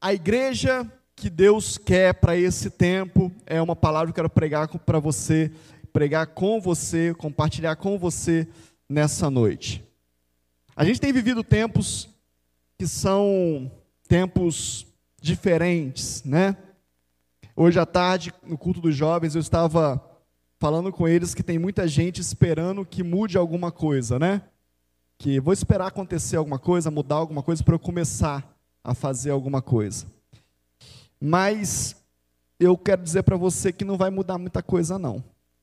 A igreja que Deus quer para esse tempo é uma palavra que eu quero pregar para você, pregar com você, compartilhar com você nessa noite. A gente tem vivido tempos que são tempos diferentes, né? Hoje à tarde, no culto dos jovens, eu estava falando com eles que tem muita gente esperando que mude alguma coisa, né? Que vou esperar acontecer alguma coisa, mudar alguma coisa para eu começar a fazer alguma coisa. Mas eu quero dizer para você que não vai mudar muita coisa, não.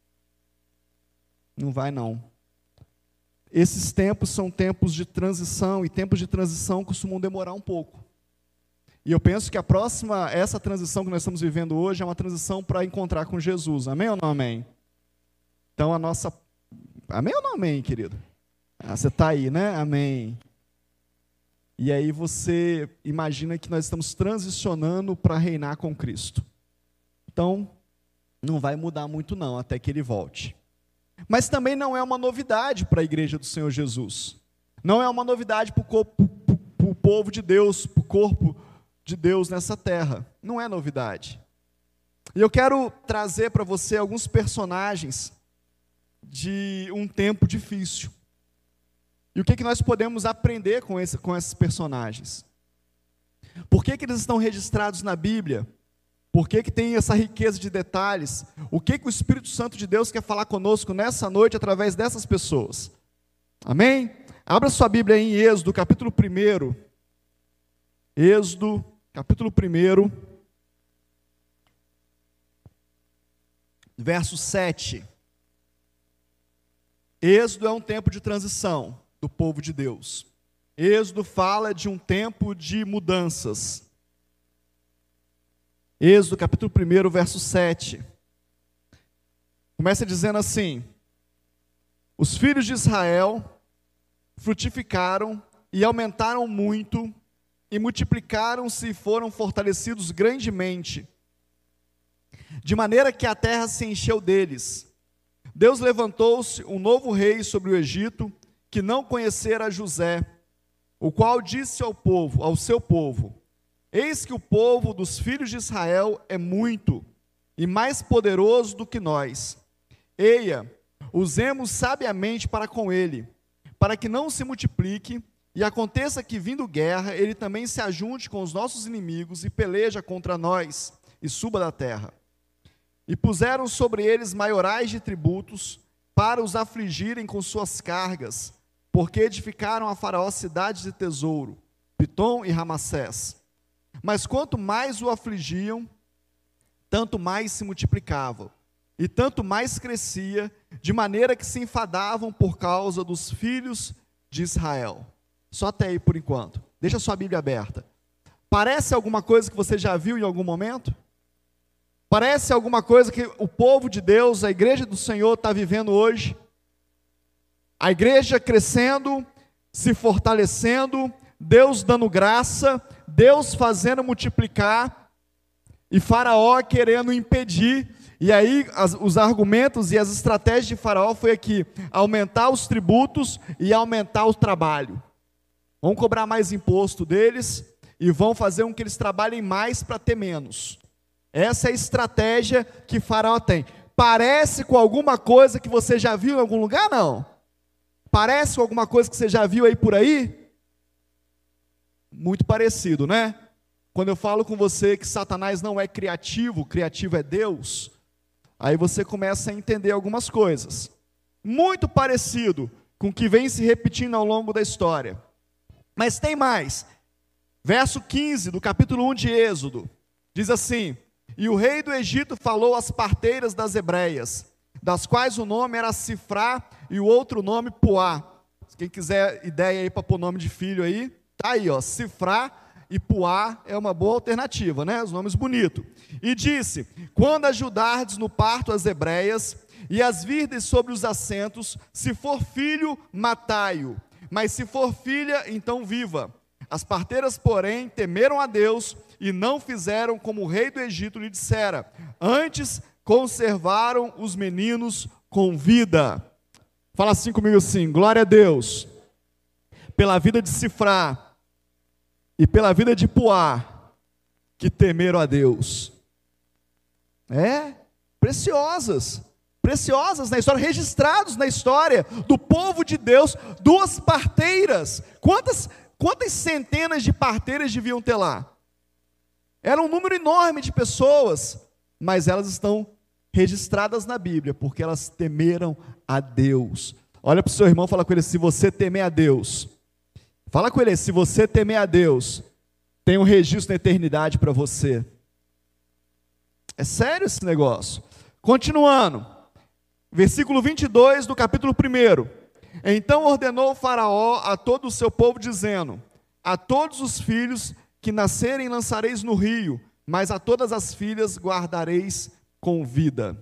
Não vai, não. Esses tempos são tempos de transição, e tempos de transição costumam demorar um pouco. E eu penso que essa transição que nós estamos vivendo hoje é uma transição para encontrar com Jesus. Amém ou não amém? Então amém ou não amém, querido? Você está aí, né? Amém. E aí você imagina que nós estamos transicionando para reinar com Cristo. Então, não vai mudar muito não, até que Ele volte. Mas também não é uma novidade para a igreja do Senhor Jesus. Não é uma novidade para o povo de Deus, para o corpo de Deus nessa terra. Não é novidade. E eu quero trazer para você alguns personagens de um tempo difícil. E o que nós podemos aprender com esses personagens? Por que eles estão registrados na Bíblia? Por que tem essa riqueza de detalhes? O que o Espírito Santo de Deus quer falar conosco nessa noite através dessas pessoas? Amém? Abra sua Bíblia aí em Êxodo, capítulo 1. Êxodo, capítulo 1, verso 7. Êxodo é um tempo de transição do povo de Deus. Êxodo fala de um tempo de mudanças. Êxodo capítulo 1, verso 7. Começa dizendo assim: os filhos de Israel frutificaram e aumentaram muito, e multiplicaram-se e foram fortalecidos grandemente, de maneira que a terra se encheu deles. Deus levantou-se um novo rei sobre o Egito, que não conhecera José, o qual disse ao seu povo: eis que o povo dos filhos de Israel é muito e mais poderoso do que nós. Eia, usemos sabiamente para com ele, para que não se multiplique, e aconteça que, vindo guerra, ele também se ajunte com os nossos inimigos e peleja contra nós, e suba da terra. E puseram sobre eles maiorais de tributos, para os afligirem com suas cargas, porque edificaram a Faraó cidades de tesouro, Pitom e Ramassés. Mas quanto mais o afligiam, tanto mais se multiplicava, e tanto mais crescia, de maneira que se enfadavam por causa dos filhos de Israel. Só até aí por enquanto. Deixa a sua Bíblia aberta. Parece alguma coisa que você já viu em algum momento? Parece alguma coisa que o povo de Deus, a igreja do Senhor está vivendo hoje? A igreja crescendo, se fortalecendo, Deus dando graça, Deus fazendo multiplicar, e Faraó querendo impedir. E aí os argumentos e as estratégias de Faraó foi aqui: aumentar os tributos e aumentar o trabalho. Vão cobrar mais imposto deles e vão fazer com que eles trabalhem mais para ter menos. Essa é a estratégia que Faraó tem. Parece com alguma coisa que você já viu em algum lugar, não? Parece com alguma coisa que você já viu aí por aí? Muito parecido, né? Quando eu falo com você que Satanás não é criativo, criativo é Deus, aí você começa a entender algumas coisas. Muito parecido com o que vem se repetindo ao longo da história. Mas tem mais. Verso 15 do capítulo 1 de Êxodo, diz assim: e o rei do Egito falou às parteiras das hebreias, das quais o nome era Sifrá e o outro nome Puá. Quem quiser ideia aí para pôr nome de filho aí, tá aí, ó, Sifrá e Puá é uma boa alternativa, né? Os nomes bonitos. E disse: quando ajudardes no parto as hebreias, e as virdes sobre os assentos, se for filho, matai-o, mas se for filha, então viva. As parteiras, porém, temeram a Deus, e não fizeram como o rei do Egito lhe dissera, antes conservaram os meninos com vida. Fala assim comigo assim: glória a Deus, pela vida de Sifrá, e pela vida de Puá, que temeram a Deus. Preciosas na história, registrados na história do povo de Deus, 2 parteiras. Quantas centenas de parteiras deviam ter lá? Era um número enorme de pessoas, mas elas estão registradas na Bíblia, porque elas temeram a Deus. Olha para o seu irmão e fala com ele: se você temer a Deus, fala com ele, se você temer a Deus, tem um registro na eternidade para você. É sério esse negócio. Continuando, versículo 22 do capítulo 1. Então ordenou o faraó a todo o seu povo, dizendo: a todos os filhos que nascerem lançareis no rio, mas a todas as filhas guardareis com vida.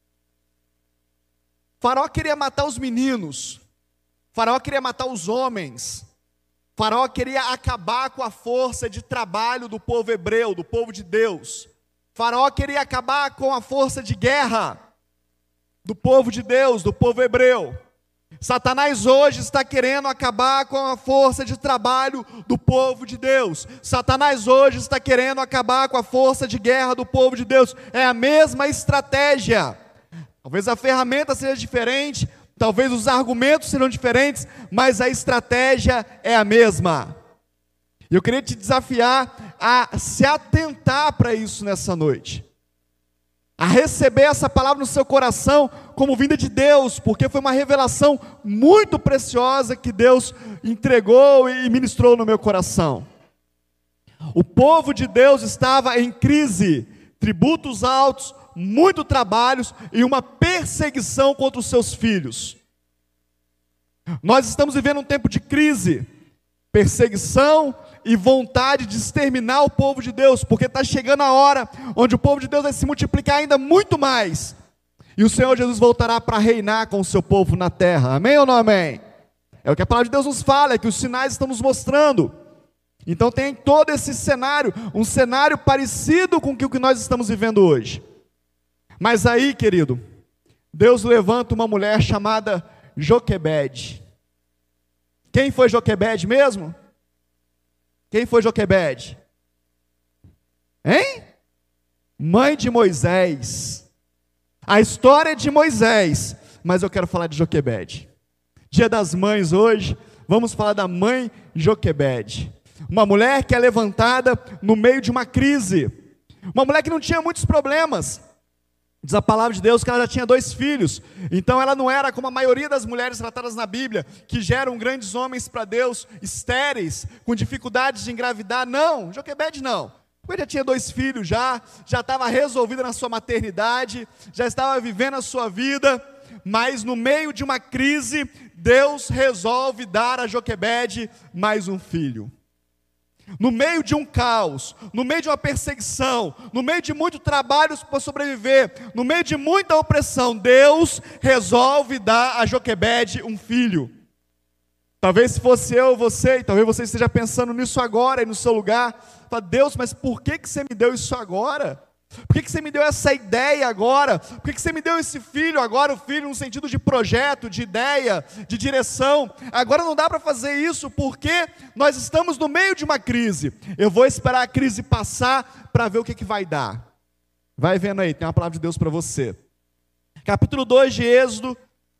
Faraó queria matar os meninos, Faraó queria matar os homens, Faraó queria acabar com a força de trabalho do povo hebreu, do povo de Deus. Faraó queria acabar com a força de guerra do povo de Deus, do povo hebreu. Satanás hoje está querendo acabar com a força de trabalho do povo de Deus. Satanás hoje está querendo acabar com a força de guerra do povo de Deus. É a mesma estratégia. Talvez a ferramenta seja diferente, talvez os argumentos serão diferentes, mas a estratégia é a mesma. E eu queria te desafiar a se atentar para isso nessa noite, a receber essa palavra no seu coração como vinda de Deus, porque foi uma revelação muito preciosa que Deus entregou e ministrou no meu coração. O povo de Deus estava em crise, tributos altos, muito trabalhos e uma perseguição contra os seus filhos. Nós estamos vivendo um tempo de crise, perseguição e vontade de exterminar o povo de Deus, porque está chegando a hora onde o povo de Deus vai se multiplicar ainda muito mais, e o Senhor Jesus voltará para reinar com o seu povo na terra. Amém ou não amém? É o que a palavra de Deus nos fala, é que os sinais estão nos mostrando. Então tem todo esse cenário, um cenário parecido com o que nós estamos vivendo hoje. Mas aí, querido, Deus levanta uma mulher chamada Joquebede. Quem foi Joquebede mesmo? Quem foi Joquebede? Hein? Mãe de Moisés. A história é de Moisés, mas eu quero falar de Joquebede. Dia das Mães hoje, vamos falar da mãe Joquebede. Uma mulher que é levantada no meio de uma crise. Uma mulher que não tinha muitos problemas. Diz a palavra de Deus que ela já tinha 2 filhos, então ela não era como a maioria das mulheres tratadas na Bíblia, que geram grandes homens para Deus, estéreis, com dificuldades de engravidar. Não, Joquebede não. Ele já tinha 2 filhos, já estava resolvida na sua maternidade, já estava vivendo a sua vida, mas no meio de uma crise, Deus resolve dar a Joquebede mais um filho. No meio de um caos, no meio de uma perseguição, no meio de muito trabalho para sobreviver, no meio de muita opressão, Deus resolve dar a Joquebede um filho. Talvez se fosse eu ou você, e talvez você esteja pensando nisso agora, aí no seu lugar, fala: Deus, mas por que você me deu isso agora? Por que você me deu essa ideia agora? Por que você me deu esse filho agora? O filho no sentido de projeto, de ideia, de direção. Agora não dá para fazer isso porque nós estamos no meio de uma crise. Eu vou esperar a crise passar para ver o que vai dar. Vai vendo aí, tem uma palavra de Deus para você. Capítulo 2 de Êxodo,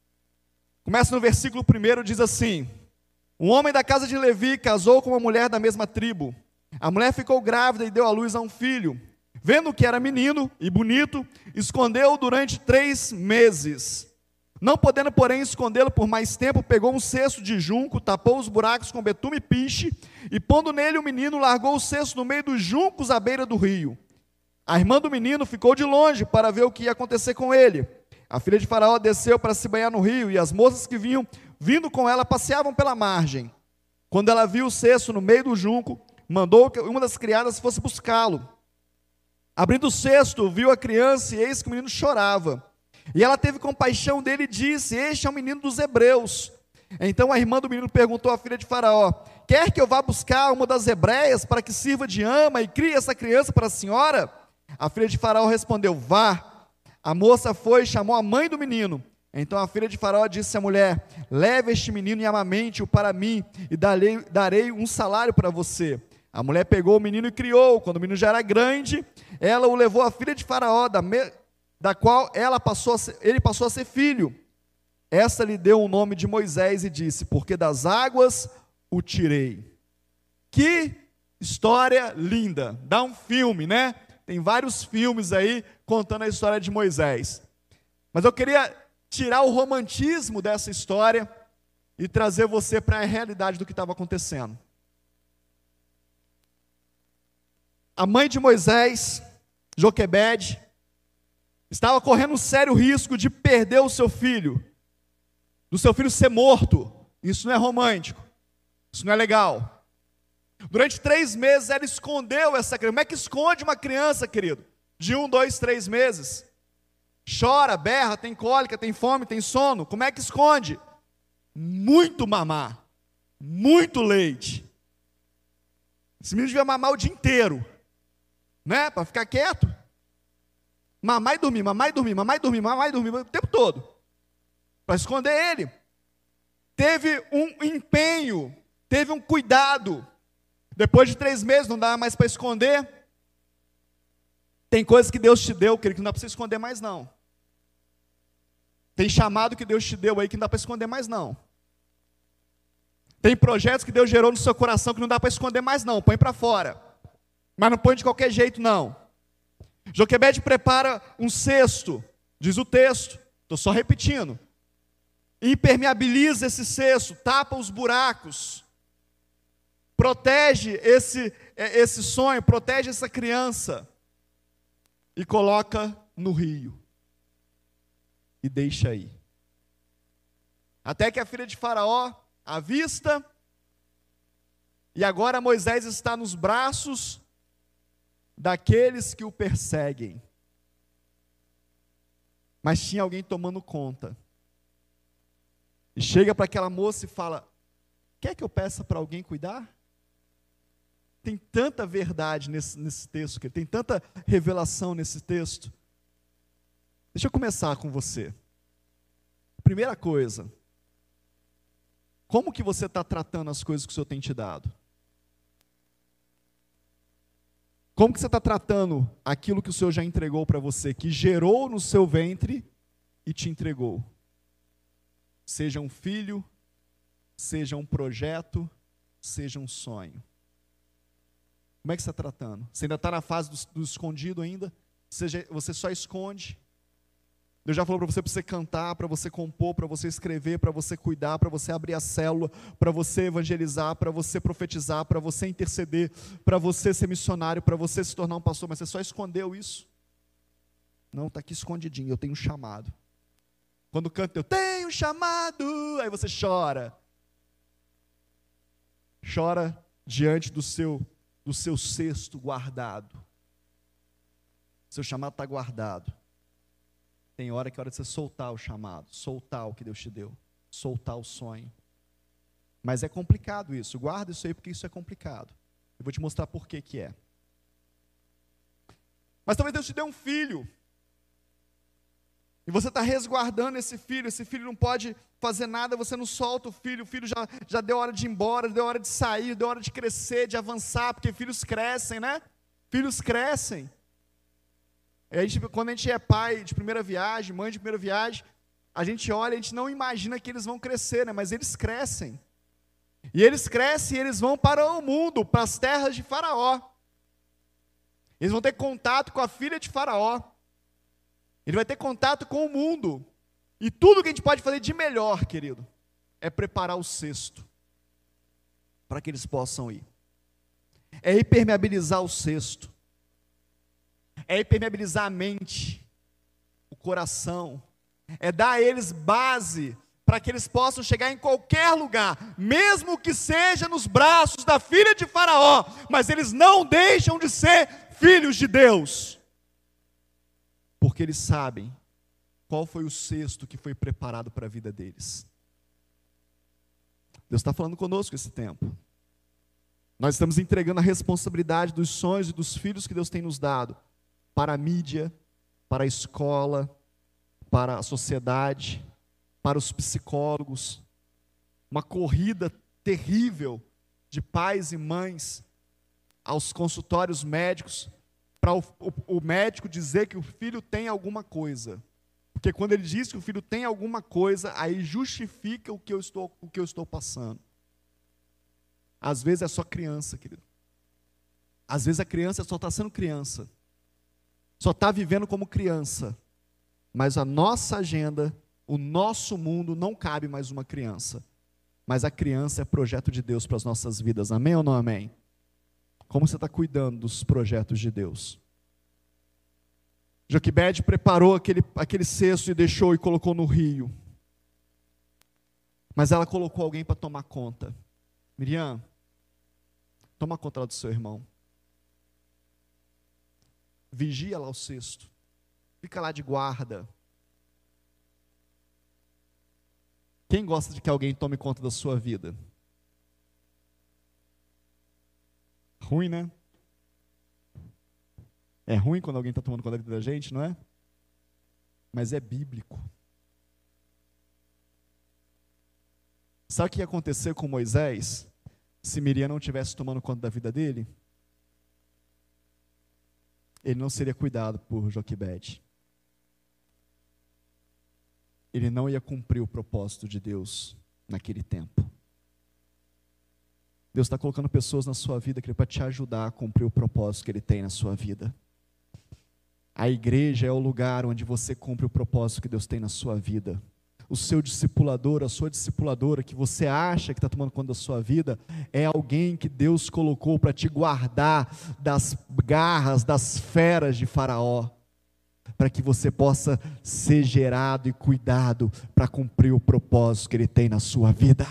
começa no versículo 1, diz assim: um homem da casa de Levi casou com uma mulher da mesma tribo. A mulher ficou grávida e deu à luz a um filho. Vendo que era menino e bonito, escondeu-o durante 3 meses. Não podendo, porém, escondê-lo por mais tempo, pegou um cesto de junco, tapou os buracos com betume e piche, e pondo nele o menino, largou o cesto no meio dos juncos à beira do rio. A irmã do menino ficou de longe para ver o que ia acontecer com ele. A filha de Faraó desceu para se banhar no rio, e as moças que vinham vindo com ela passeavam pela margem. Quando ela viu o cesto no meio do junco, mandou que uma das criadas fosse buscá-lo. Abrindo o cesto, viu a criança, e eis que o menino chorava. E ela teve compaixão dele e disse: este é o menino dos hebreus. Então a irmã do menino perguntou à filha de Faraó: quer que eu vá buscar uma das hebreias para que sirva de ama e crie essa criança para a senhora? A filha de Faraó respondeu: vá. A moça foi e chamou a mãe do menino. Então a filha de Faraó disse à mulher: leve este menino e amamente-o para mim, e darei um salário para você. A mulher pegou o menino e criou. Quando o menino já era grande, ela o levou à filha de Faraó, da qual ele passou a ser filho. Esta lhe deu o nome de Moisés e disse: porque das águas o tirei. Que história linda. Dá um filme, né? Tem vários filmes aí contando a história de Moisés. Mas eu queria tirar o romantismo dessa história e trazer você para a realidade do que estava acontecendo. A mãe de Moisés, Joquebede, estava correndo um sério risco de perder o seu filho, do seu filho ser morto. Isso não é romântico, isso não é legal. Durante 3 meses ela escondeu essa criança. Como é que esconde uma criança, querido? De 1, 2, 3 meses. Chora, berra, tem cólica, tem fome, tem sono. Como é que esconde? Muito mamar, muito leite. Esse menino devia mamar o dia inteiro, né? Para ficar quieto. Mamar e dormir, mamar e dormir, mamar e dormir, mamar e dormir, o tempo todo. Para esconder ele. Teve um empenho, teve um cuidado. Depois de 3 meses, não dá mais para esconder. Tem coisas que Deus te deu, querido, que não dá para você esconder mais não. Tem chamado que Deus te deu aí que não dá para esconder mais não. Tem projetos que Deus gerou no seu coração que não dá para esconder mais não. Põe para fora. Mas não põe de qualquer jeito não. Joquebede prepara um cesto, diz o texto, estou só repetindo. Impermeabiliza esse cesto, tapa os buracos. Protege esse sonho, protege essa criança. E coloca no rio. E deixa aí. Até que a filha de Faraó avista. E agora Moisés está nos braços daqueles que o perseguem. Mas tinha alguém tomando conta. E chega para aquela moça e fala: quer que eu peça para alguém cuidar? Tem tanta verdade nesse texto, tem tanta revelação nesse texto. Deixa eu começar com você. Primeira coisa, como que você está tratando as coisas que o Senhor tem te dado? Como que você está tratando aquilo que o Senhor já entregou para você, que gerou no seu ventre e te entregou? Seja um filho, seja um projeto, seja um sonho. Como é que você está tratando? Você ainda está na fase do escondido ainda? Você só esconde? Deus já falou para você cantar, para você compor, para você escrever, para você cuidar, para você abrir a célula, para você evangelizar, para você profetizar, para você interceder, para você ser missionário, para você se tornar um pastor, mas você só escondeu isso? Não, está aqui escondidinho, eu tenho um chamado. Quando canta, eu tenho um chamado, aí você chora. Chora diante do seu cesto guardado. Seu chamado está guardado. Tem hora que é hora de você soltar o chamado, soltar o que Deus te deu, soltar o sonho. Mas é complicado isso, guarda isso aí porque isso é complicado. Eu vou te mostrar por que é. Mas talvez Deus te dê um filho, e você está resguardando esse filho não pode fazer nada, você não solta o filho já deu hora de ir embora, deu hora de sair, deu hora de crescer, de avançar, porque filhos crescem, né? Filhos crescem. Quando a gente é pai de primeira viagem, mãe de primeira viagem, a gente olha, a gente não imagina que eles vão crescer, né? Mas eles crescem. E eles crescem e eles vão para o mundo, para as terras de Faraó. Eles vão ter contato com a filha de Faraó. Ele vai ter contato com o mundo. E tudo que a gente pode fazer de melhor, querido, é preparar o cesto para que eles possam ir. É impermeabilizar o cesto. É impermeabilizar a mente, o coração. É dar a eles base para que eles possam chegar em qualquer lugar, mesmo que seja nos braços da filha de Faraó, mas eles não deixam de ser filhos de Deus. Porque eles sabem qual foi o cesto que foi preparado para a vida deles. Deus está falando conosco esse tempo. Nós estamos entregando a responsabilidade dos sonhos e dos filhos que Deus tem nos dado para a mídia, para a escola, para a sociedade, para os psicólogos. Uma corrida terrível de pais e mães aos consultórios médicos para o médico dizer que o filho tem alguma coisa. Porque quando ele diz que o filho tem alguma coisa, aí justifica o que eu estou passando. Às vezes é só criança, querido. Às vezes a criança só está sendo criança. Só está vivendo como criança. Mas a nossa agenda, o nosso mundo não cabe mais uma criança. Mas a criança é projeto de Deus para as nossas vidas. Amém ou não amém? Como você está cuidando dos projetos de Deus? Joquebede preparou aquele cesto e deixou e colocou no rio. Mas ela colocou alguém para tomar conta. Miriam, toma conta lá do seu irmão. Vigia lá o cesto. Fica lá de guarda. Quem gosta de que alguém tome conta da sua vida? Ruim, né? É ruim quando alguém está tomando conta da vida da gente, não é? Mas é bíblico. Sabe o que ia acontecer com Moisés se Miriam não estivesse tomando conta da vida dele? Ele não seria cuidado por Joquebede. Ele não ia cumprir o propósito de Deus naquele tempo. Deus está colocando pessoas na sua vida para te ajudar a cumprir o propósito que Ele tem na sua vida. A igreja é o lugar onde você cumpre o propósito que Deus tem na sua vida. O seu discipulador, a sua discipuladora, que você acha que está tomando conta da sua vida, é alguém que Deus colocou para te guardar das garras, das feras de Faraó, para que você possa ser gerado e cuidado para cumprir o propósito que Ele tem na sua vida.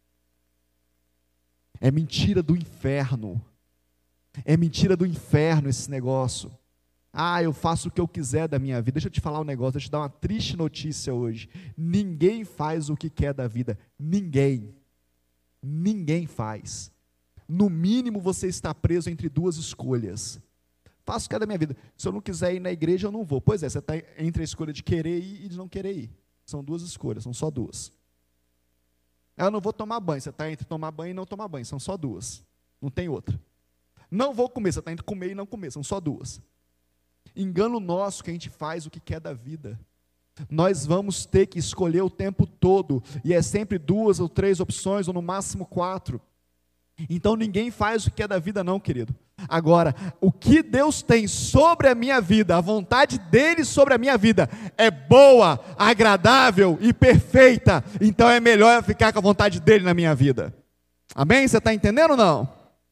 É mentira do inferno. É mentira do inferno esse negócio. Ah, eu faço o que eu quiser da minha vida. Deixa eu te falar um negócio, deixa eu te dar uma triste notícia hoje. Ninguém faz o que quer da vida. Ninguém. Ninguém faz. No mínimo você está preso entre duas escolhas. Faço o que é da minha vida. Se eu não quiser ir na igreja, eu não vou. Pois é, você está entre a escolha de querer ir e de não querer ir. São duas escolhas, são só duas. Eu não vou tomar banho. Você está entre tomar banho e não tomar banho. São só duas. Não tem outra. Não vou comer. Você está entre comer e não comer. São só duas. Engano nosso que a gente faz o que quer da vida. Nós vamos ter que escolher o tempo todo. E é sempre 2 ou 3 opções, ou no máximo 4. Então ninguém faz o que quer da vida não, querido. Agora, o que Deus tem sobre a minha vida, a vontade dEle sobre a minha vida, é boa, agradável e perfeita. Então é melhor eu ficar com a vontade dEle na minha vida. Amém? Você está entendendo ou não?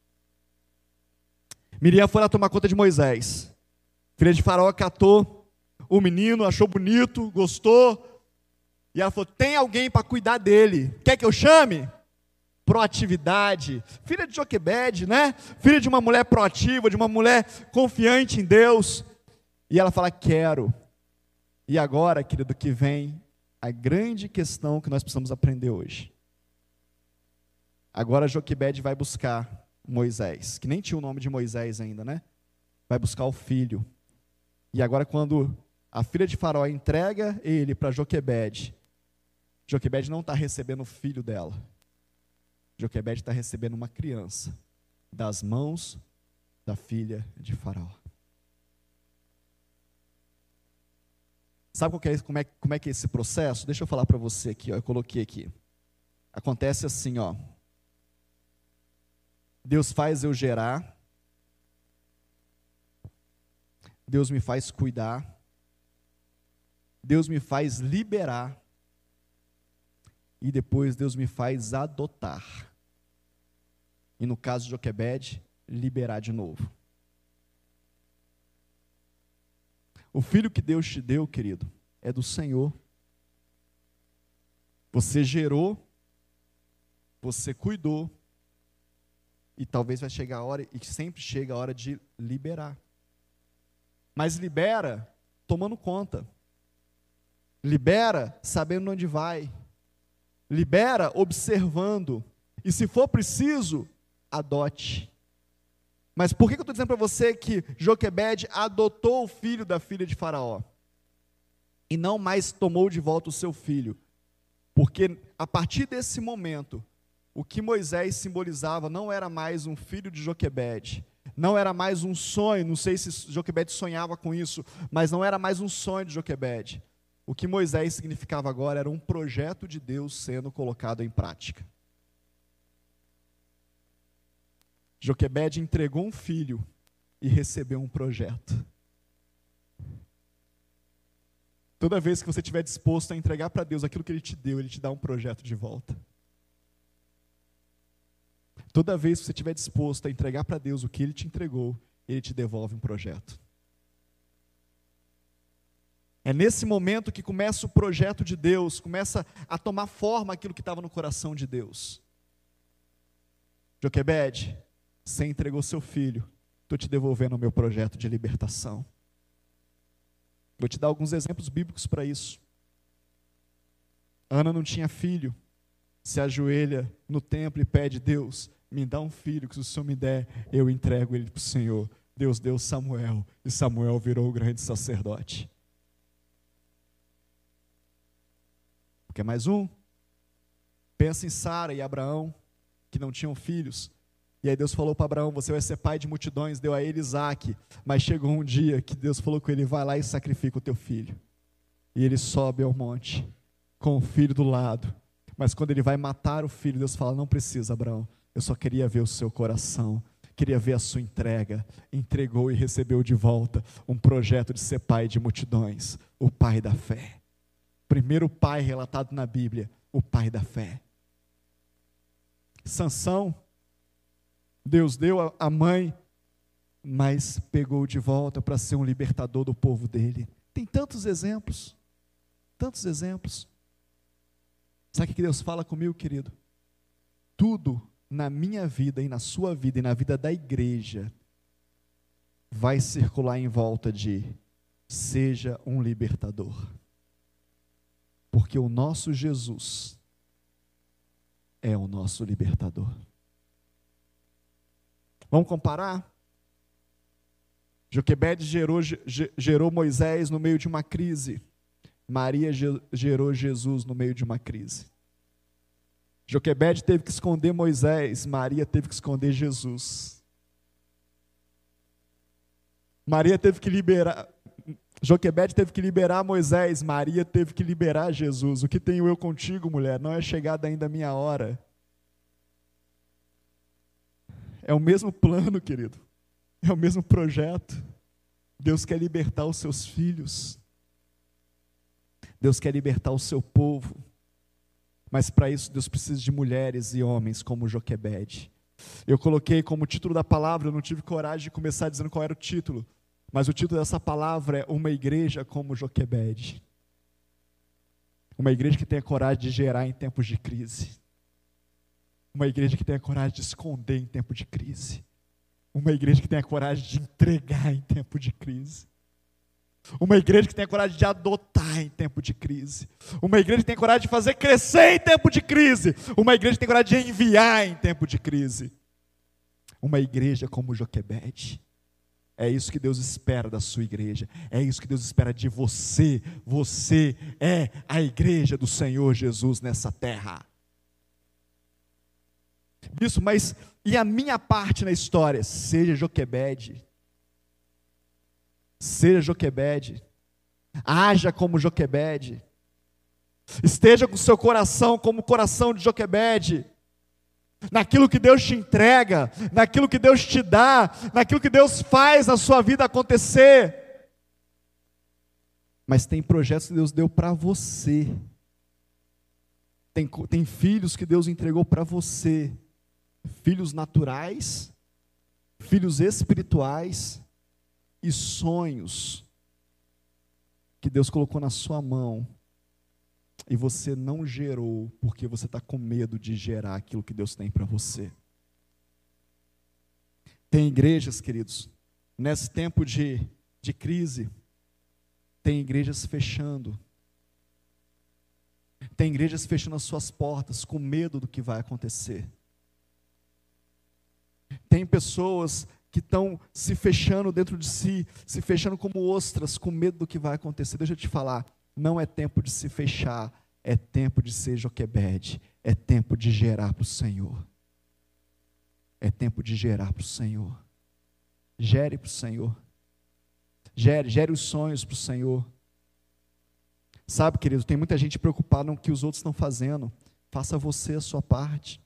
Miriam foi lá tomar conta de Moisés. Filha de Faraó catou o menino, achou bonito, gostou. E ela falou, tem alguém para cuidar dele. Quer que eu chame? Proatividade. Filha de Joquebede, né? Filha de uma mulher proativa, de uma mulher confiante em Deus. E ela fala, quero. E agora, querido, que vem a grande questão que nós precisamos aprender hoje. Agora Joquebede vai buscar Moisés, que nem tinha o nome de Moisés ainda, né? Vai buscar o filho. E agora quando a filha de Faraó entrega ele para Joquebede, Joquebede não está recebendo o filho dela. Joquebede está recebendo uma criança das mãos da filha de Faraó. Sabe como é que é esse processo? Deixa eu falar para você aqui, ó, eu coloquei aqui. Acontece assim, ó. Deus faz eu gerar. Deus me faz cuidar. Deus me faz liberar. E depois Deus me faz adotar. E no caso de Joquebede, liberar de novo. O filho que Deus te deu, querido, é do Senhor. Você gerou, você cuidou, e talvez vai chegar a hora, e sempre chega a hora de liberar. Mas libera tomando conta. Libera sabendo onde vai. Libera observando. E se for preciso, adote. Mas por que eu estou dizendo para você que Joquebede adotou o filho da filha de Faraó? E não mais tomou de volta o seu filho? Porque a partir desse momento, o que Moisés simbolizava não era mais um filho de Joquebede, Não era mais um sonho, não sei se Joquebede sonhava com isso, mas não era mais um sonho de Joquebede. O que Moisés significava agora era um projeto de Deus sendo colocado em prática. Joquebede entregou um filho e recebeu um projeto. Toda vez que você estiver disposto a entregar para Deus aquilo que Ele te deu, Ele te dá um projeto de volta. Toda vez que você estiver disposto a entregar para Deus o que Ele te entregou, Ele te devolve um projeto. É nesse momento que começa o projeto de Deus, começa a tomar forma aquilo que estava no coração de Deus. Joquebede, você entregou seu filho, estou te devolvendo o meu projeto de libertação. Vou te dar alguns exemplos bíblicos para isso. Ana não tinha filho, se ajoelha no templo e pede: Deus, me dá um filho, que se o Senhor me der, eu entrego ele para o Senhor. Deus deu Samuel, e Samuel virou o grande sacerdote. Quer mais um? Pensa em Sara e Abraão, que não tinham filhos. E aí Deus falou para Abraão: você vai ser pai de multidões, deu a ele Isaque. Mas chegou um dia que Deus falou com ele: vai lá e sacrifica o teu filho. E ele sobe ao monte, com o filho do lado. Mas quando ele vai matar o filho, Deus fala: não precisa, Abraão, eu só queria ver o seu coração, queria ver a sua entrega. Entregou e recebeu de volta um projeto de ser pai de multidões, o pai da fé. Primeiro pai relatado na Bíblia, o pai da fé. Sansão, Deus deu a mãe, mas pegou de volta para ser um libertador do povo dele. Tem tantos exemplos, tantos exemplos. Sabe o que Deus fala comigo, querido? Tudo na minha vida e na sua vida e na vida da igreja vai circular em volta de: seja um libertador. Porque o nosso Jesus é o nosso libertador. Vamos comparar? Joquebede gerou Moisés no meio de uma crise. Maria gerou Jesus no meio de uma crise. Joquebede teve que esconder Moisés, Maria teve que esconder Jesus. Joquebede teve que liberar Moisés, Maria teve que liberar Jesus. O que tenho eu contigo, mulher? Não é chegada ainda a minha hora. É o mesmo plano, querido. É o mesmo projeto. Deus quer libertar os seus filhos. Deus quer libertar o seu povo. Mas para isso Deus precisa de mulheres e homens como Joquebede. Eu coloquei como título da palavra, eu não tive coragem de começar dizendo qual era o título. Mas o título dessa palavra é Uma Igreja como Joquebede. Uma igreja que tenha coragem de gerar em tempos de crise. Uma igreja que tenha coragem de esconder em tempo de crise. Uma igreja que tenha coragem de entregar em tempo de crise. Uma igreja que tenha coragem de adotar em tempo de crise. Uma igreja que tenha coragem de fazer crescer em tempo de crise. Uma igreja que tenha coragem de enviar em tempo de crise. Uma igreja como Joquebede. É isso que Deus espera da sua igreja. É isso que Deus espera de você. Você é a igreja do Senhor Jesus nessa terra. Isso, mas e a minha parte na história? Seja Joquebede. Seja Joquebede. Haja como Joquebede. Esteja com o seu coração como o coração de Joquebede. Naquilo que Deus te entrega, naquilo que Deus te dá, naquilo que Deus faz na sua vida acontecer. Mas tem projetos que Deus deu para você. Tem filhos que Deus entregou para você. Filhos naturais, filhos espirituais e sonhos que Deus colocou na sua mão e você não gerou porque você está com medo de gerar aquilo que Deus tem para você. Tem igrejas, queridos, nesse tempo de crise, tem igrejas fechando. Tem igrejas fechando as suas portas com medo do que vai acontecer. Tem pessoas que estão se fechando dentro de si, se fechando como ostras, com medo do que vai acontecer. Deixa eu te falar, não é tempo de se fechar, é tempo de ser Joquebede, é tempo de gerar para o Senhor. É tempo de gerar para o Senhor. Gere para o Senhor. Gere os sonhos para o Senhor. Sabe, querido, tem muita gente preocupada com o que os outros estão fazendo. Faça você a sua parte.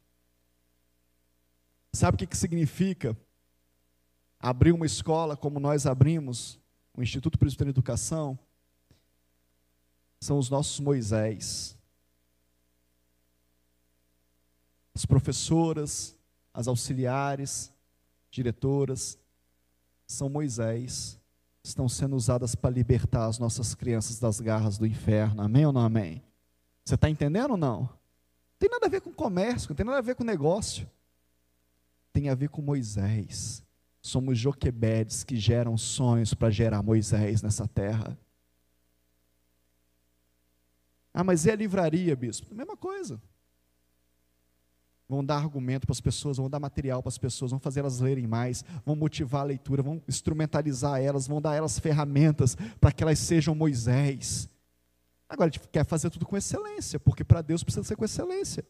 Sabe o que significa abrir uma escola como nós abrimos, o Instituto Presbiteriano de Educação? São os nossos Moisés. As professoras, as auxiliares, diretoras, são Moisés. Estão sendo usadas para libertar as nossas crianças das garras do inferno. Amém ou não amém? Você está entendendo ou não? Não tem nada a ver com comércio, não tem nada a ver com negócio. Tem a ver com Moisés. Somos Joquebedes que geram sonhos para gerar Moisés nessa terra. Ah, mas e a livraria, bispo? Mesma coisa. Vão dar argumento para as pessoas, vão dar material para as pessoas, vão fazer elas lerem mais, vão motivar a leitura, vão instrumentalizar elas, vão dar a elas ferramentas para que elas sejam Moisés. Agora a gente quer fazer tudo com excelência, porque para Deus precisa ser com excelência.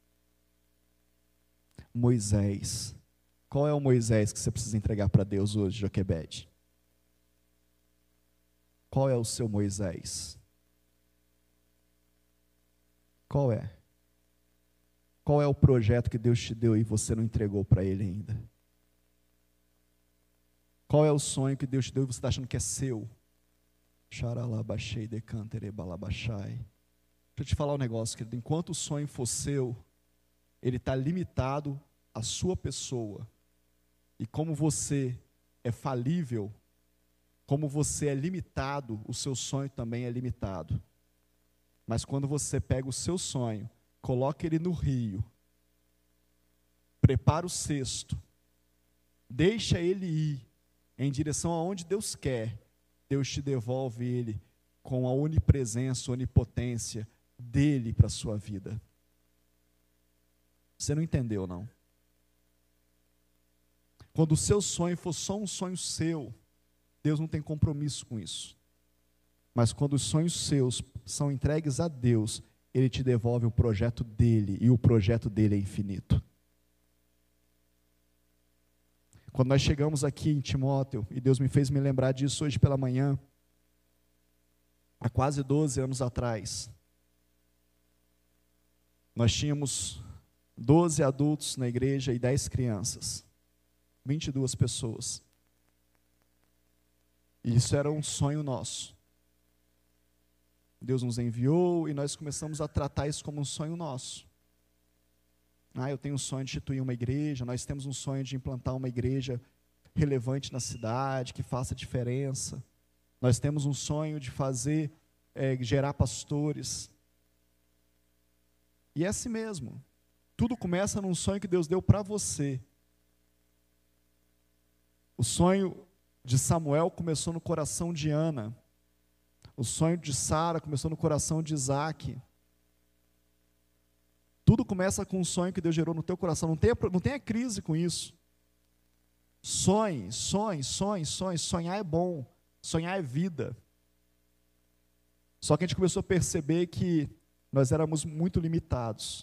Moisés. Qual é o Moisés que você precisa entregar para Deus hoje, Joquebede? Qual é o seu Moisés? Qual é? Qual é o projeto que Deus te deu e você não entregou para Ele ainda? Qual é o sonho que Deus te deu e você está achando que é seu? Deixa eu te falar um negócio, querido. Enquanto o sonho for seu, ele está limitado à sua pessoa. E como você é falível, como você é limitado, o seu sonho também é limitado. Mas quando você pega o seu sonho, coloca ele no rio, prepara o cesto, deixa ele ir em direção aonde Deus quer, Deus te devolve ele com a onipresença, onipotência dele para a sua vida. Você não entendeu, não? Quando o seu sonho for só um sonho seu, Deus não tem compromisso com isso. Mas quando os sonhos seus são entregues a Deus, Ele te devolve o projeto dele, e o projeto dele é infinito. Quando nós chegamos aqui em Timóteo, e Deus me fez me lembrar disso hoje pela manhã, há quase 12 anos atrás, nós tínhamos 12 adultos na igreja e 10 crianças, 22 pessoas. E isso era um sonho nosso. Deus nos enviou e nós começamos a tratar isso como um sonho nosso. Eu tenho um sonho de instituir uma igreja, nós temos um sonho de implantar uma igreja relevante na cidade, que faça diferença. Nós temos um sonho de fazer, gerar pastores. E é assim mesmo. Tudo começa num sonho que Deus deu para você. O sonho de Samuel começou no coração de Ana. O sonho de Sara começou no coração de Isaac. Tudo começa com um sonho que Deus gerou no teu coração. Não tenha crise com isso. Sonhe. Sonhar é bom. Sonhar é vida. Só que a gente começou a perceber que nós éramos muito limitados.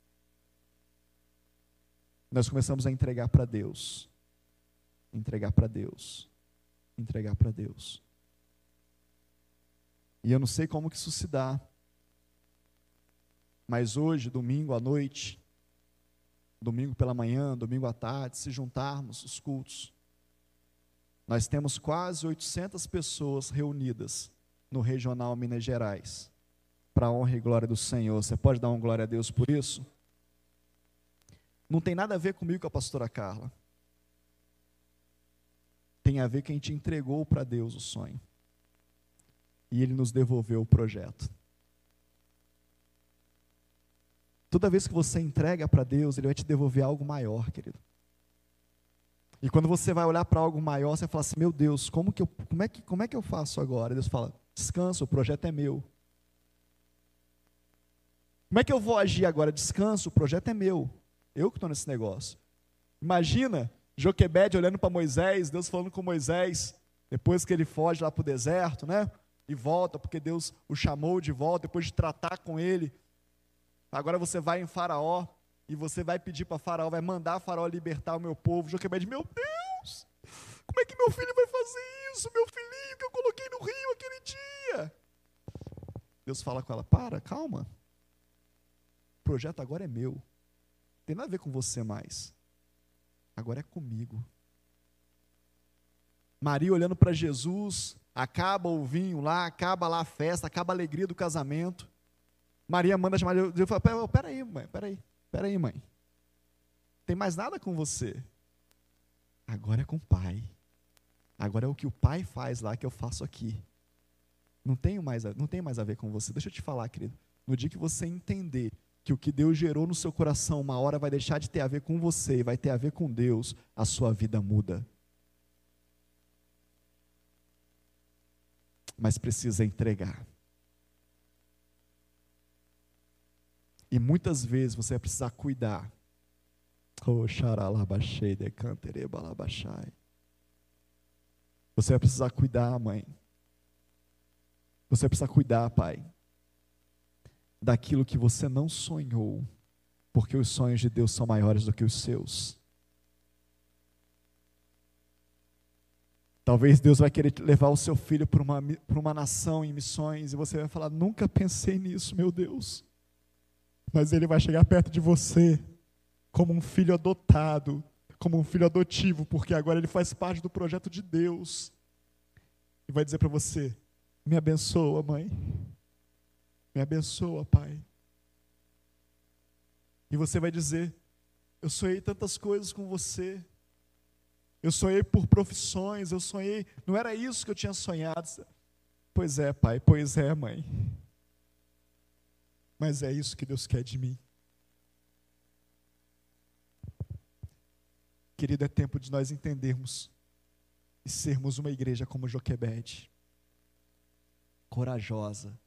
Nós começamos a entregar para Deus. Entregar para Deus. Entregar para Deus. E eu não sei como que isso se dá. Mas hoje, domingo à noite, domingo pela manhã, domingo à tarde, se juntarmos os cultos, nós temos quase 800 pessoas reunidas no Regional Minas Gerais, para a honra e glória do Senhor. Você pode dar uma glória a Deus por isso? Não tem nada a ver comigo, com a pastora Carla. Tem a ver que a gente entregou para Deus o sonho. E Ele nos devolveu o projeto. Toda vez que você entrega para Deus, Ele vai te devolver algo maior, querido. E quando você vai olhar para algo maior, você fala assim: meu Deus, como é que eu faço agora? Deus fala: descansa, o projeto é meu. Como é que eu vou agir agora? Descansa, o projeto é meu. Eu que estou nesse negócio. Imagina Joquebede olhando para Moisés, Deus falando com Moisés, depois que ele foge lá para o deserto, né? E volta, porque Deus o chamou de volta, depois de tratar com ele. Agora você vai em Faraó, e você vai pedir para Faraó, vai mandar Faraó libertar o meu povo. Joquebede: meu Deus, como Como é que meu filho vai fazer isso? Meu filhinho que eu coloquei no rio aquele dia. Deus fala com ela, calma. O projeto agora é meu. Não tem nada a ver com você mais. Agora é comigo. Maria olhando para Jesus, acaba o vinho lá, acaba lá a festa, acaba a alegria do casamento. Maria manda chamar Jesus e fala, peraí, mãe. Tem mais nada com você. Agora é com o Pai. Agora é o que o Pai faz lá que eu faço aqui. Não tem mais a ver com você. Deixa eu te falar, querido. No dia que você entender que o que Deus gerou no seu coração, uma hora vai deixar de ter a ver com você e vai ter a ver com Deus, a sua vida muda. Mas precisa entregar. E muitas vezes você vai precisar cuidar. Você vai precisar cuidar, mãe. Você vai precisar cuidar, pai, daquilo que você não sonhou, porque os sonhos de Deus são maiores do que os seus. Talvez Deus vai querer levar o seu filho para uma nação em missões, e você vai falar, nunca pensei nisso, meu Deus. Mas ele vai chegar perto de você, como um filho adotado, como um filho adotivo, porque agora ele faz parte do projeto de Deus. E vai dizer para você, me abençoa, mãe. Me abençoa, pai. E você vai dizer, eu sonhei tantas coisas com você. Eu sonhei por profissões, eu sonhei, não era isso que eu tinha sonhado. Pois é, pai, pois é, mãe. Mas é isso que Deus quer de mim. Querido, é tempo de nós entendermos e sermos uma igreja como Joquebede, corajosa,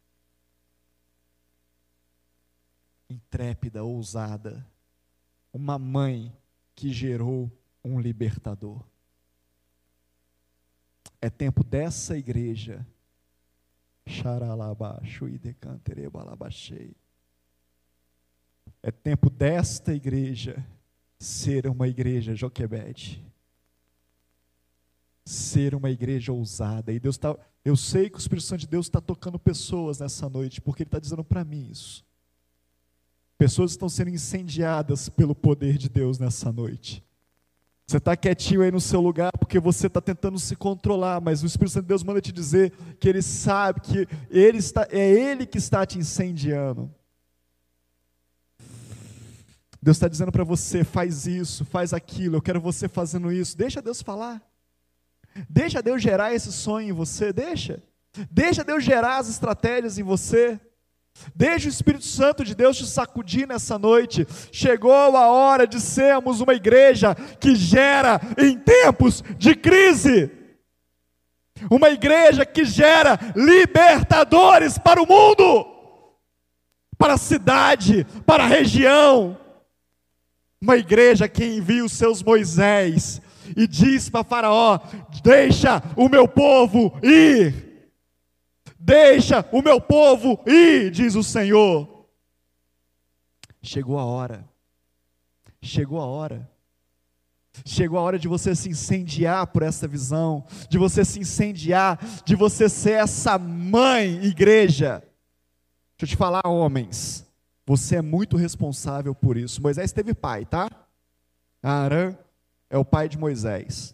intrépida, ousada, uma mãe que gerou um libertador. É tempo dessa igreja, é tempo desta igreja ser uma igreja Joquebede, ser uma igreja ousada. E Deus eu sei que o Espírito Santo de Deus está tocando pessoas nessa noite, porque Ele está dizendo para mim isso. Pessoas estão sendo incendiadas pelo poder de Deus nessa noite. Você está quietinho aí no seu lugar porque você está tentando se controlar, mas o Espírito Santo de Deus manda te dizer que Ele sabe que é Ele que está te incendiando. Deus está dizendo para você, faz isso, faz aquilo, eu quero você fazendo isso. Deixa Deus falar. Deixa Deus gerar esse sonho em você, deixa. Deixa Deus gerar as estratégias em você. Deixa o Espírito Santo de Deus te sacudir nessa noite. Chegou a hora de sermos uma igreja que gera em tempos de crise. Uma igreja que gera libertadores para o mundo, para a cidade, para a região. Uma igreja que envia os seus Moisés e diz para Faraó, deixa o meu povo ir. Deixa o meu povo ir, diz o Senhor. Chegou a hora. Chegou a hora. Chegou a hora de você se incendiar por essa visão, de você se incendiar, de você ser essa mãe igreja. Deixa eu te falar, homens, você é muito responsável por isso. Moisés teve pai, tá? Arã é o pai de Moisés.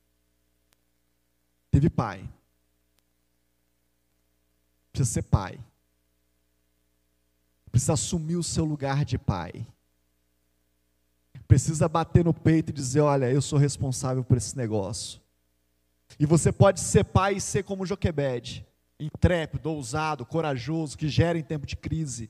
Teve pai. Precisa ser pai. Precisa assumir o seu lugar de pai. Precisa bater no peito e dizer, olha, eu sou responsável por esse negócio. E você pode ser pai e ser como Joquebede, intrépido, ousado, corajoso, que gera em tempo de crise.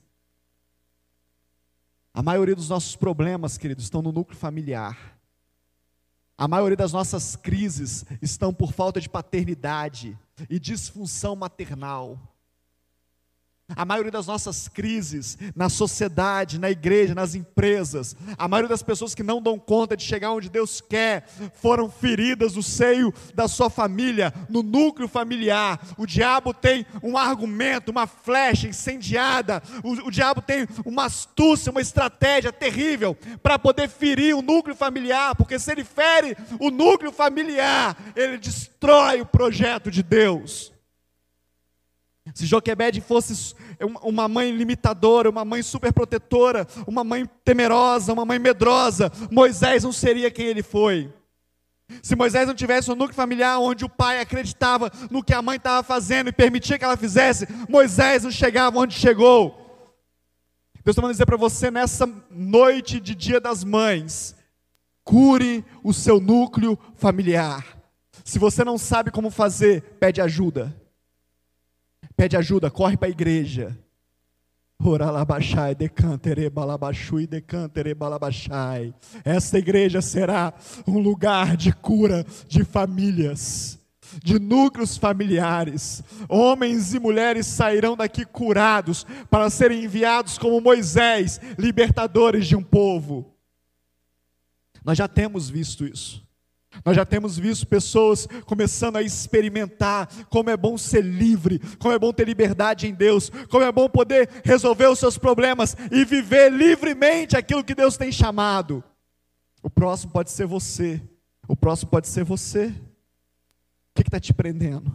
A maioria dos nossos problemas, queridos, estão no núcleo familiar. A maioria das nossas crises estão por falta de paternidade e disfunção maternal. A maioria das nossas crises, na sociedade, na igreja, nas empresas, a maioria das pessoas que não dão conta de chegar onde Deus quer, foram feridas no seio da sua família, no núcleo familiar. O diabo tem um argumento, uma flecha incendiada, o diabo tem uma astúcia, uma estratégia terrível, para poder ferir o núcleo familiar, porque se ele fere o núcleo familiar, ele destrói o projeto de Deus. Se Joquebede fosse uma mãe limitadora, uma mãe superprotetora, uma mãe temerosa, uma mãe medrosa, Moisés não seria quem ele foi. Se Moisés não tivesse um núcleo familiar onde o pai acreditava no que a mãe estava fazendo e permitia que ela fizesse, Moisés não chegava onde chegou. Deus está mandando dizer para você nessa noite de Dia das Mães, cure o seu núcleo familiar. Se você não sabe como fazer, pede ajuda. Pede ajuda, corre para a igreja. Oralabachai, decantere, balabachui, decantere, balabachai. Essa igreja será um lugar de cura de famílias, de núcleos familiares. Homens e mulheres sairão daqui curados para serem enviados como Moisés, libertadores de um povo. Nós já temos visto isso. Nós já temos visto pessoas começando a experimentar como é bom ser livre, como é bom ter liberdade em Deus, como é bom poder resolver os seus problemas e viver livremente aquilo que Deus tem chamado. O próximo pode ser você, o próximo pode ser você. O que está te prendendo?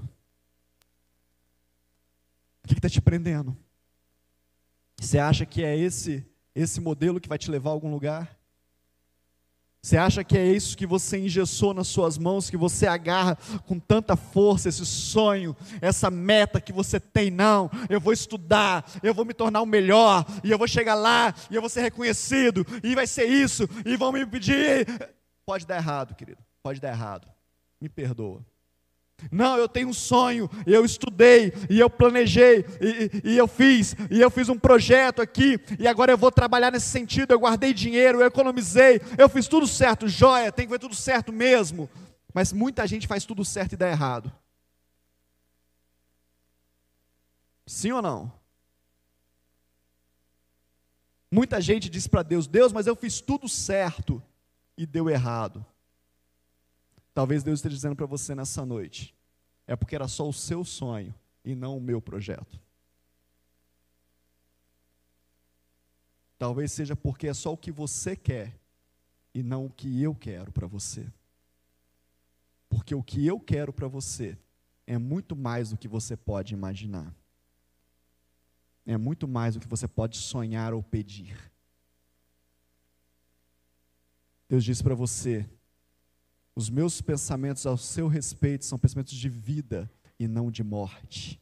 O que está te prendendo? Você acha que é esse modelo que vai te levar a algum lugar? Você acha que é isso que você engessou nas suas mãos, que você agarra com tanta força, esse sonho, essa meta que você tem? Não, eu vou estudar, eu vou me tornar o melhor, e eu vou chegar lá, e eu vou ser reconhecido, e vai ser isso, e vão me pedir. Pode dar errado, querido, pode dar errado, me perdoa. Não, eu tenho um sonho, eu estudei, e eu planejei, e eu fiz um projeto aqui, e agora eu vou trabalhar nesse sentido, eu guardei dinheiro, eu economizei, eu fiz tudo certo, joia, tem que ver tudo certo mesmo, mas muita gente faz tudo certo e dá errado. Sim ou não? Muita gente diz para Deus, Deus, mas eu fiz tudo certo, e deu errado. Talvez Deus esteja dizendo para você nessa noite, é porque era só o seu sonho e não o meu projeto. Talvez seja porque é só o que você quer e não o que eu quero para você. Porque o que eu quero para você é muito mais do que você pode imaginar. É muito mais do que você pode sonhar ou pedir. Deus diz para você, os meus pensamentos ao seu respeito são pensamentos de vida e não de morte.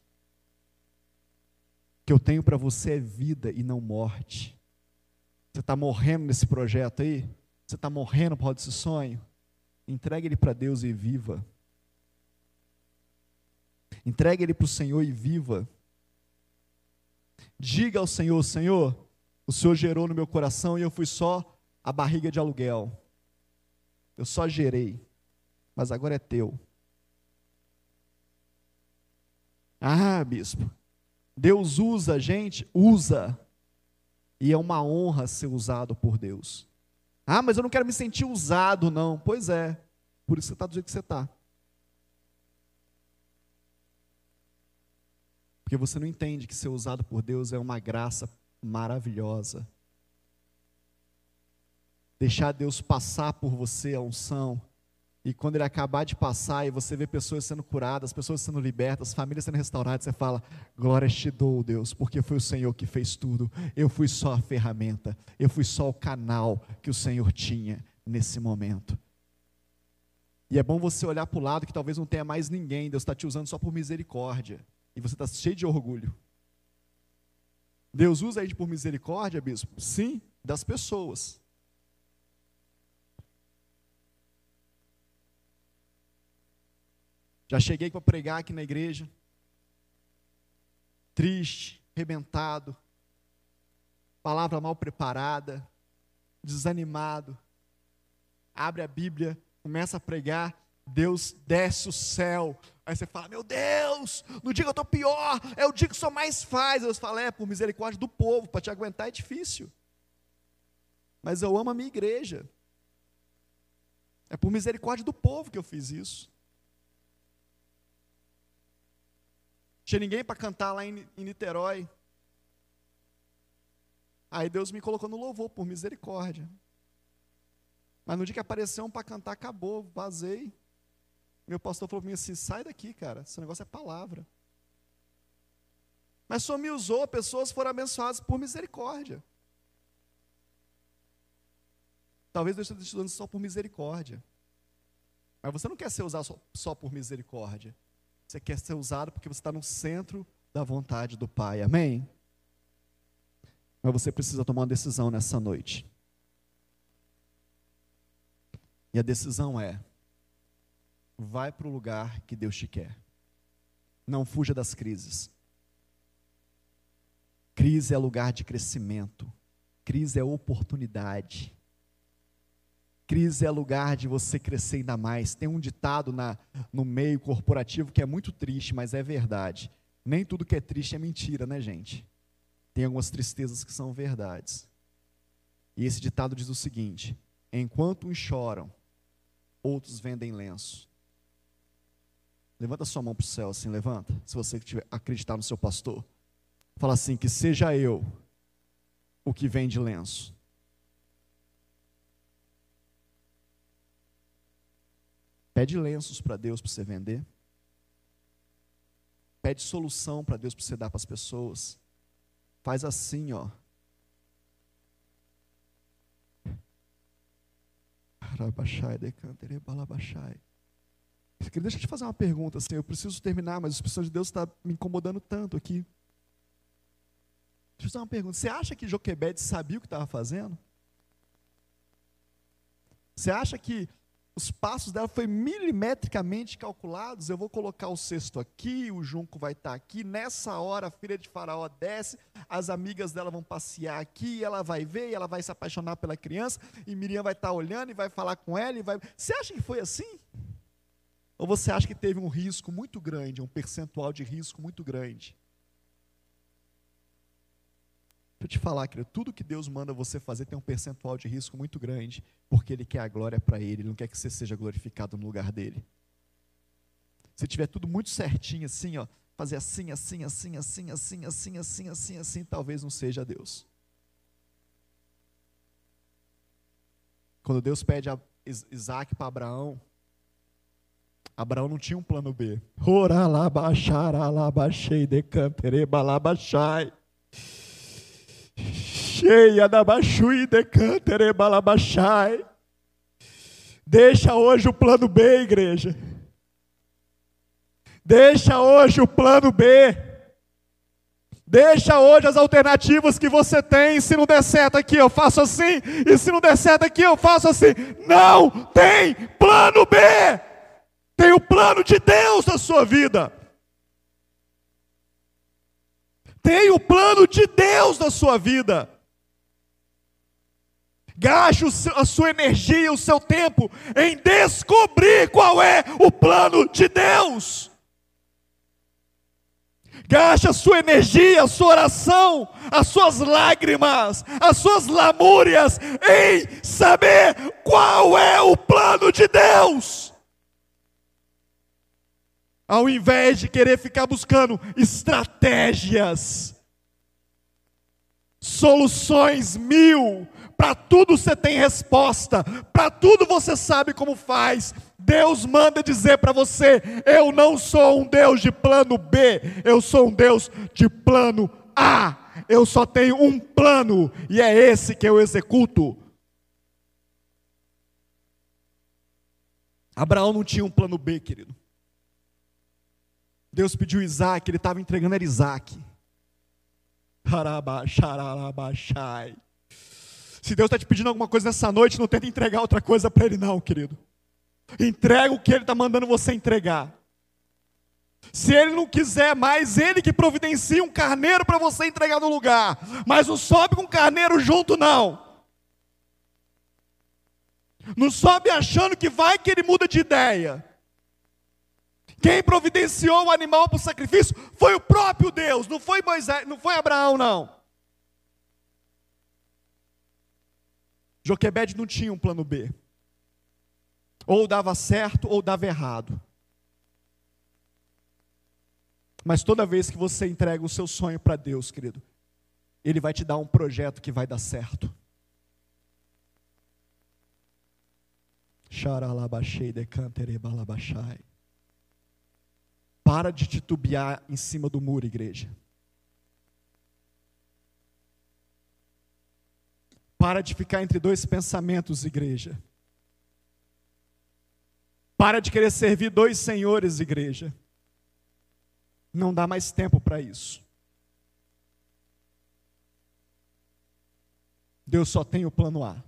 O que eu tenho para você é vida e não morte. Você está morrendo nesse projeto aí? Você está morrendo por causa desse sonho? Entregue ele para Deus e viva. Entregue ele para o Senhor e viva. Diga ao Senhor, Senhor, o Senhor gerou no meu coração e eu fui só a barriga de aluguel. Eu só gerei, mas agora é teu. Ah, bispo, Deus usa a gente? Usa. E é uma honra ser usado por Deus. Ah, mas eu não quero me sentir usado, não. Pois é, por isso você está do jeito que você está. Porque você não entende que ser usado por Deus é uma graça maravilhosa. Deixar Deus passar por você a unção, e quando Ele acabar de passar, e você vê pessoas sendo curadas, pessoas sendo libertas, famílias sendo restauradas, você fala, glórias te dou, Deus, porque foi o Senhor que fez tudo, eu fui só a ferramenta, eu fui só o canal que o Senhor tinha nesse momento. E é bom você olhar para o lado que talvez não tenha mais ninguém, Deus está te usando só por misericórdia, e você está cheio de orgulho. Deus usa a gente por misericórdia, bispo? Sim, das pessoas. Já cheguei para pregar aqui na igreja, triste, arrebentado, palavra mal preparada, desanimado. Abre a Bíblia, começa a pregar, Deus desce o céu, Aí você fala, meu Deus, no dia que eu estou pior, é o dia que o Senhor mais faz. Eu falo, por misericórdia do povo, para te aguentar é difícil. Mas eu amo a minha igreja. É por misericórdia do povo que eu fiz isso. Tinha ninguém para cantar lá em Niterói. Aí Deus me colocou no louvor, por misericórdia. Mas no dia que apareceu um para cantar, acabou, vazei. Meu pastor falou para mim assim, sai daqui, cara, esse negócio é palavra. Mas só me usou, pessoas foram abençoadas por misericórdia. Talvez Deus esteja te usando só por misericórdia. Mas você não quer ser usado só por misericórdia. Você quer ser usado porque você está no centro da vontade do Pai, amém? Mas você precisa tomar uma decisão nessa noite. E a decisão é, vai para o lugar que Deus te quer. Não fuja das crises. Crise é lugar de crescimento. Crise é oportunidade. Crise é lugar de você crescer ainda mais. Tem um ditado no meio corporativo que é muito triste, mas é verdade. Nem tudo que é triste é mentira, né, gente? Tem algumas tristezas que são verdades. E esse ditado diz o seguinte: enquanto uns choram, outros vendem lenço. Levanta sua mão para o céu assim, levanta. Se você acreditar no seu pastor. Fala assim, que seja eu o que vende lenço. Pede lenços para Deus para você vender. Pede solução para Deus para você dar para as pessoas. Faz assim, ó. Deixa eu te fazer uma pergunta assim, eu preciso terminar, mas a expressão de Deus está me incomodando tanto aqui. Deixa eu fazer uma pergunta. Você acha que Joquebede sabia o que estava fazendo? Você acha que os passos dela foram milimetricamente calculados? Eu vou colocar o cesto aqui, o junco vai estar aqui, nessa hora a filha de Faraó desce, as amigas dela vão passear aqui, ela vai ver, e ela vai se apaixonar pela criança, e Miriam vai estar olhando, e vai falar com ela, Você acha que foi assim? Ou você acha que teve um risco muito grande, um percentual de risco muito grande? Deixa eu te falar, querido, tudo que Deus manda você fazer tem um percentual de risco muito grande, porque Ele quer a glória para Ele, Ele não quer que você seja glorificado no lugar dele. Se tiver tudo muito certinho assim, ó, fazer assim, talvez não seja Deus. Quando Deus pede a Isaac para Abraão, Abraão não tinha um plano B. Cheia da baixui de cantere balabachai. Deixa hoje o plano B, igreja. Deixa hoje o plano B. Deixa hoje as alternativas que você tem. Se não der certo aqui, eu faço assim. E se não der certo aqui, eu faço assim. Não tem plano B. Tem o plano de Deus na sua vida. Tem o plano de Deus na sua vida. Gaste a sua energia, o seu tempo em descobrir qual é o plano de Deus. Gaste a sua energia, a sua oração, as suas lágrimas, as suas lamúrias em saber qual é o plano de Deus. Ao invés de querer ficar buscando estratégias, soluções mil, para tudo você tem resposta, para tudo você sabe como faz. Deus manda dizer para você: eu não sou um Deus de plano B, eu sou um Deus de plano A. Eu só tenho um plano, e é esse que eu executo. Abraão não tinha um plano B, querido. Deus pediu Isaac, ele estava entregando era Isaac. Se Deus está te pedindo alguma coisa nessa noite, não tenta entregar outra coisa para Ele não, querido. Entrega o que Ele está mandando você entregar. Se Ele não quiser mais, Ele que providencia um carneiro para você entregar no lugar. Mas não sobe com o carneiro junto não. Não sobe achando que vai que Ele muda de ideia. Quem providenciou o animal para o sacrifício foi o próprio Deus, não foi Moisés, não foi Abraão, não. Joquebede não tinha um plano B. Ou dava certo ou dava errado. Mas toda vez que você entrega o seu sonho para Deus, querido, Ele vai te dar um projeto que vai dar certo. Para de titubear em cima do muro, igreja. Para de ficar entre dois pensamentos, igreja. Para de querer servir dois senhores, igreja. Não dá mais tempo para isso. Deus só tem o plano A.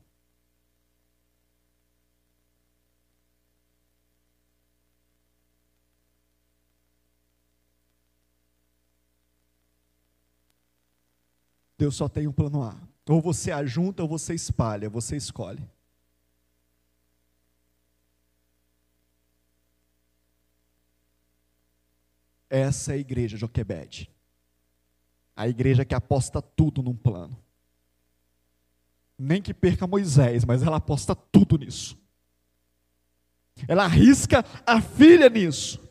Deus só tem um plano A. Ou você ajunta ou você espalha, você escolhe. Essa é a igreja Joquebede. A igreja que aposta tudo num plano. Nem que perca Moisés, mas ela aposta tudo nisso. Ela arrisca a filha nisso.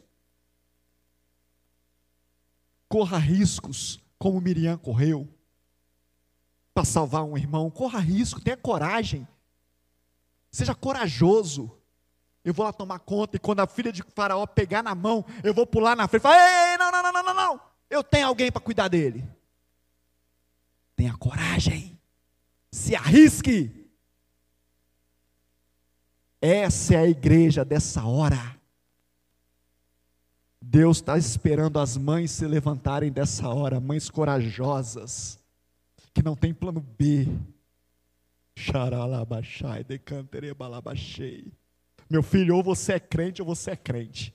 Corra riscos, como Miriam correu, para salvar um irmão. Corra risco, tenha coragem. Seja corajoso. Eu vou lá tomar conta, e quando a filha de Faraó pegar na mão, eu vou pular na frente e falar: ei, não. Eu tenho alguém para cuidar dele. Tenha coragem. Se arrisque. Essa é a igreja dessa hora. Deus está esperando as mães se levantarem dessa hora, mães corajosas, que não tem plano B. Xaralabachai, decanterebalabachei. Meu filho, ou você é crente ou você é crente.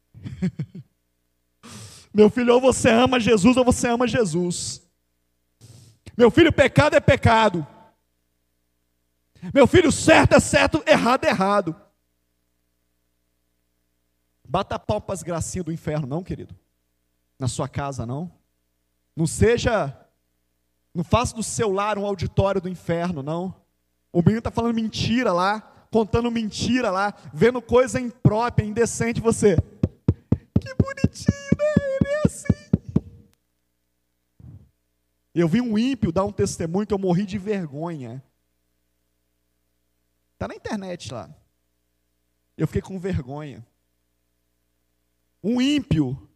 Meu filho, ou você ama Jesus ou você ama Jesus. Meu filho, pecado é pecado. Meu filho, certo é certo, errado é errado. Bata pau para as gracinhas do inferno, não, querido. Na sua casa, não. Não faça do seu lar um auditório do inferno, não. O menino está falando mentira lá, contando mentira lá, vendo coisa imprópria, indecente, você. Que bonitinho, né? Ele é assim. Eu vi um ímpio dar um testemunho que eu morri de vergonha. Está na internet lá. Eu fiquei com vergonha. Um ímpio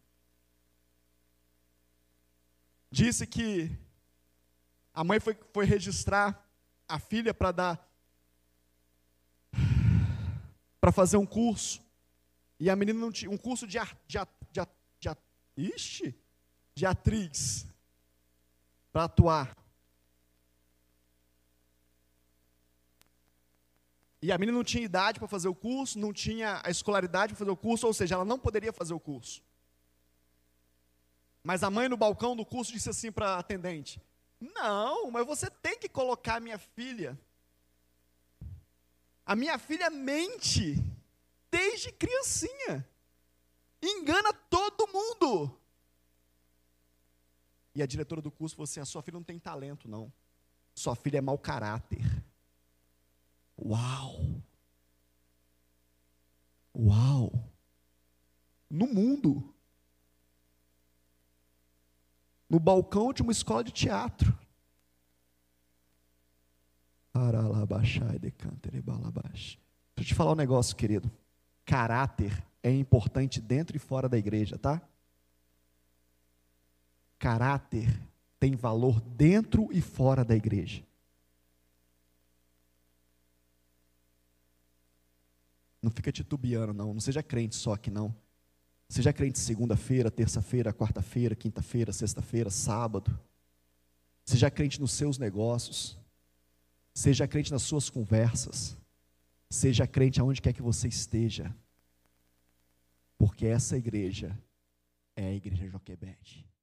disse que a mãe foi registrar a filha para fazer um curso. E a menina não tinha um curso de atriz para atuar. E a menina não tinha idade para fazer o curso, não tinha a escolaridade para fazer o curso, ou seja, ela não poderia fazer o curso. Mas a mãe no balcão do curso disse assim para a atendente: não, mas você tem que colocar a minha filha. A minha filha mente desde criancinha. Engana todo mundo. E a diretora do curso falou assim: a sua filha não tem talento, não. Sua filha é mau caráter. Uau! Uau! No mundo. No balcão de uma escola de teatro. Deixa eu te falar um negócio, querido. Caráter é importante dentro e fora da igreja, tá? Caráter tem valor dentro e fora da igreja. Não fica titubeando, não. Não seja crente só aqui, não. Seja crente segunda-feira, terça-feira, quarta-feira, quinta-feira, sexta-feira, sábado. Seja crente nos seus negócios. Seja crente nas suas conversas. Seja crente aonde quer que você esteja. Porque essa igreja é a igreja Joquebede.